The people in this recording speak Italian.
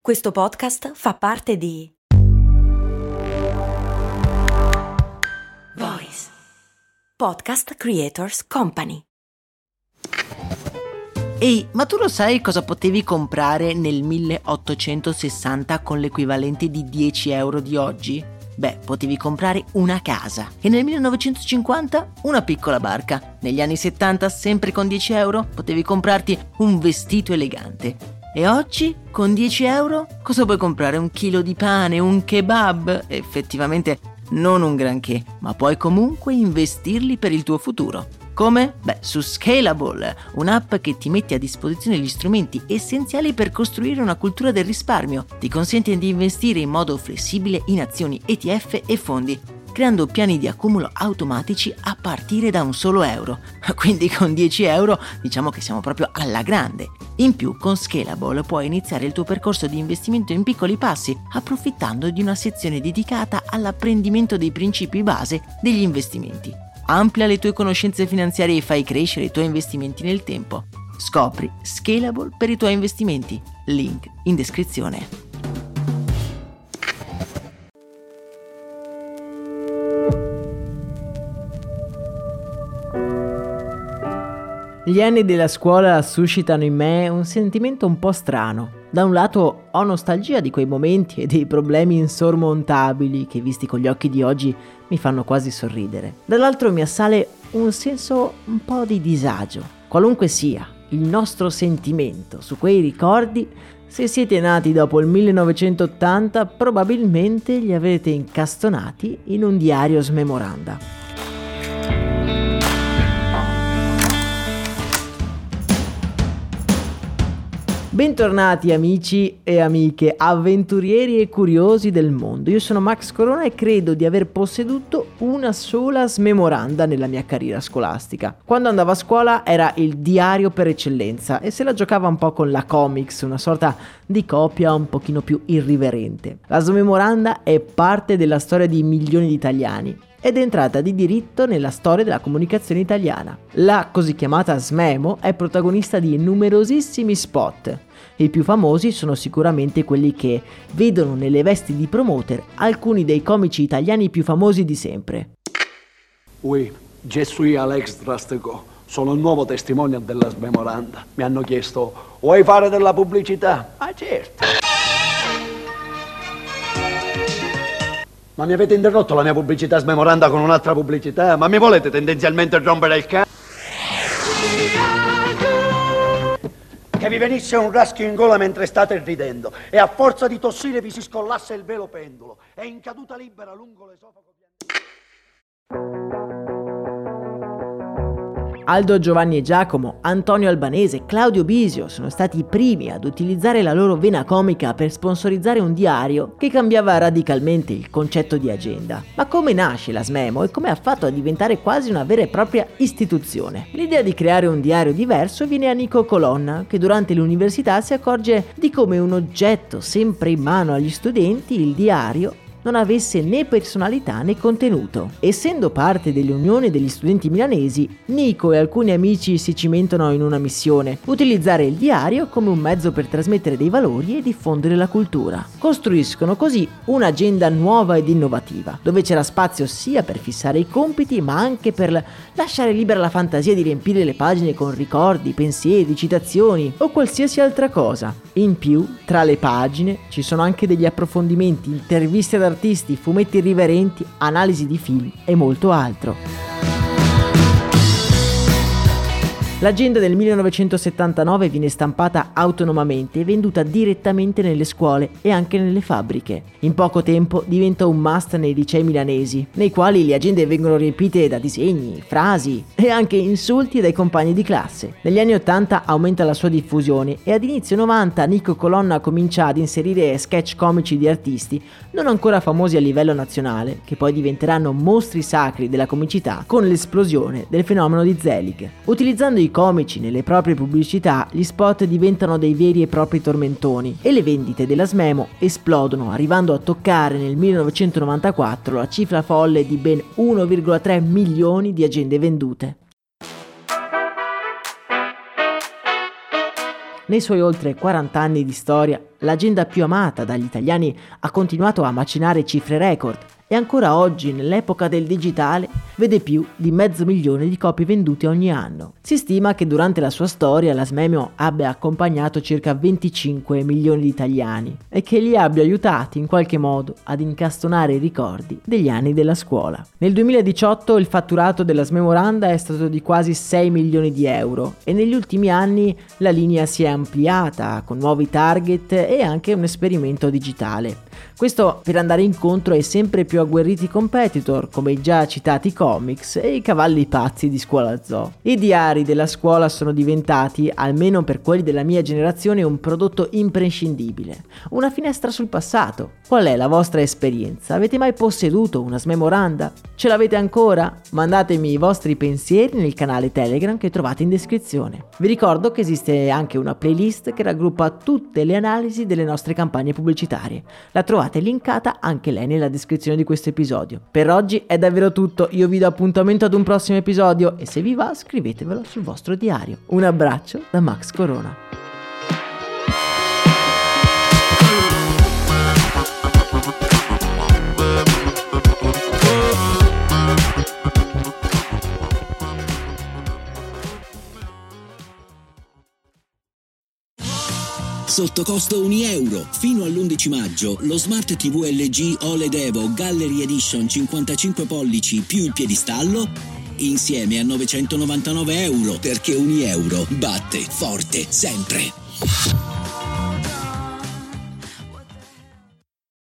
Questo podcast fa parte di Voice Podcast Creators Company. Ehi, ma tu lo sai cosa potevi comprare nel 1860 con l'equivalente di 10 euro di oggi? Beh, potevi comprare una casa e nel 1950 una piccola barca. Negli anni 70, sempre con 10 euro, potevi comprarti un vestito elegante. E oggi, con 10 euro, cosa puoi comprare? Un chilo di pane, un kebab? Effettivamente non un granché, ma puoi comunque investirli per il tuo futuro. Come? Beh, su Scalable, un'app che ti mette a disposizione gli strumenti essenziali per costruire una cultura del risparmio. Ti consente di investire in modo flessibile in azioni, ETF e fondi, creando piani di accumulo automatici a partire da un solo euro. Quindi con 10 euro diciamo che siamo proprio alla grande. In più, con Scalable puoi iniziare il tuo percorso di investimento in piccoli passi, approfittando di una sezione dedicata all'apprendimento dei principi base degli investimenti. Amplia le tue conoscenze finanziarie e fai crescere i tuoi investimenti nel tempo. Scopri Scalable per i tuoi investimenti. Link in descrizione. Gli anni della scuola suscitano in me un sentimento un po' strano. Da un lato ho nostalgia di quei momenti e dei problemi insormontabili che, visti con gli occhi di oggi, mi fanno quasi sorridere. Dall'altro mi assale un senso un po' di disagio. Qualunque sia il nostro sentimento su quei ricordi, se siete nati dopo il 1980 probabilmente li avrete incastonati in un diario smemoranda. Bentornati amici e amiche, avventurieri e curiosi del mondo. Io sono Max Corona e credo di aver posseduto una sola smemoranda nella mia carriera scolastica. Quando andavo a scuola era il diario per eccellenza e se la giocava un po' con la comics, una sorta di copia un pochino più irriverente. La smemoranda è parte della storia di milioni di italiani ed è entrata di diritto nella storia della comunicazione italiana. La così chiamata Smemo è protagonista di numerosissimi spot. I più famosi sono sicuramente quelli che vedono nelle vesti di promoter alcuni dei comici italiani più famosi di sempre. Oui, je suis Alex Drasteco. Sono il nuovo testimonial della Smemoranda. Mi hanno chiesto, vuoi fare della pubblicità? Ah, certo. Ma mi avete interrotto la mia pubblicità Smemoranda con un'altra pubblicità? Ma mi volete tendenzialmente rompere il c***o? Che vi venisse un raschio in gola mentre state ridendo e a forza di tossire vi si scollasse il velo pendulo e in caduta libera lungo l'esofago. Aldo, Giovanni e Giacomo, Antonio Albanese, Claudio Bisio sono stati i primi ad utilizzare la loro vena comica per sponsorizzare un diario che cambiava radicalmente il concetto di agenda. Ma come nasce la Smemo e come ha fatto a diventare quasi una vera e propria istituzione? L'idea di creare un diario diverso viene a Nico Colonna, che durante l'università si accorge di come un oggetto sempre in mano agli studenti, il diario, non avesse né personalità né contenuto. Essendo parte dell'Unione degli Studenti Milanesi, Nico e alcuni amici si cimentano in una missione: utilizzare il diario come un mezzo per trasmettere dei valori e diffondere la cultura. Costruiscono così un'agenda nuova ed innovativa, dove c'era spazio sia per fissare i compiti, ma anche per lasciare libera la fantasia di riempire le pagine con ricordi, pensieri, citazioni o qualsiasi altra cosa. In più, tra le pagine ci sono anche degli approfondimenti, interviste ad artisti, fumetti irriverenti, analisi di film e molto altro. L'agenda del 1979 viene stampata autonomamente e venduta direttamente nelle scuole e anche nelle fabbriche. In poco tempo diventa un must nei licei milanesi, nei quali le agende vengono riempite da disegni, frasi e anche insulti dai compagni di classe. Negli anni 80 aumenta la sua diffusione e ad inizio 90 Nico Colonna comincia ad inserire sketch comici di artisti non ancora famosi a livello nazionale, che poi diventeranno mostri sacri della comicità con l'esplosione del fenomeno di Zelig. Utilizzando i comici nelle proprie pubblicità, gli spot diventano dei veri e propri tormentoni e le vendite della Smemo esplodono, arrivando a toccare nel 1994 la cifra folle di ben 1,3 milioni di agende vendute. Nei suoi oltre 40 anni di storia, l'azienda più amata dagli italiani ha continuato a macinare cifre record e ancora oggi, nell'epoca del digitale, vede più di 500.000 di copie vendute ogni anno. Si stima che durante la sua storia la Smemio abbia accompagnato circa 25 milioni di italiani e che li abbia aiutati in qualche modo ad incastonare i ricordi degli anni della scuola. Nel 2018 il fatturato della Smemoranda è stato di quasi 6 milioni di euro e negli ultimi anni la linea si è ampliata con nuovi target e anche un esperimento digitale. Questo per andare incontro ai sempre più agguerriti competitor come i già citati comics e i cavalli pazzi di Scuola Zoo. I diari della scuola sono diventati, almeno per quelli della mia generazione, un prodotto imprescindibile, una finestra sul passato. Qual è la vostra esperienza? Avete mai posseduto una Smemoranda? Ce l'avete ancora? Mandatemi i vostri pensieri nel canale Telegram che trovate in descrizione. Vi ricordo che esiste anche una playlist che raggruppa tutte le analisi delle nostre campagne pubblicitarie. La trovate linkata anche lei nella descrizione di questo episodio. Per oggi è davvero tutto, io vi do appuntamento ad un prossimo episodio e se vi va scrivetevelo sul vostro diario. Un abbraccio da Max Corona. Sotto costo €1. Fino all'11 maggio lo Smart TV LG OLED Evo Gallery Edition 55 pollici più il piedistallo insieme a €999, perché €1 batte forte sempre.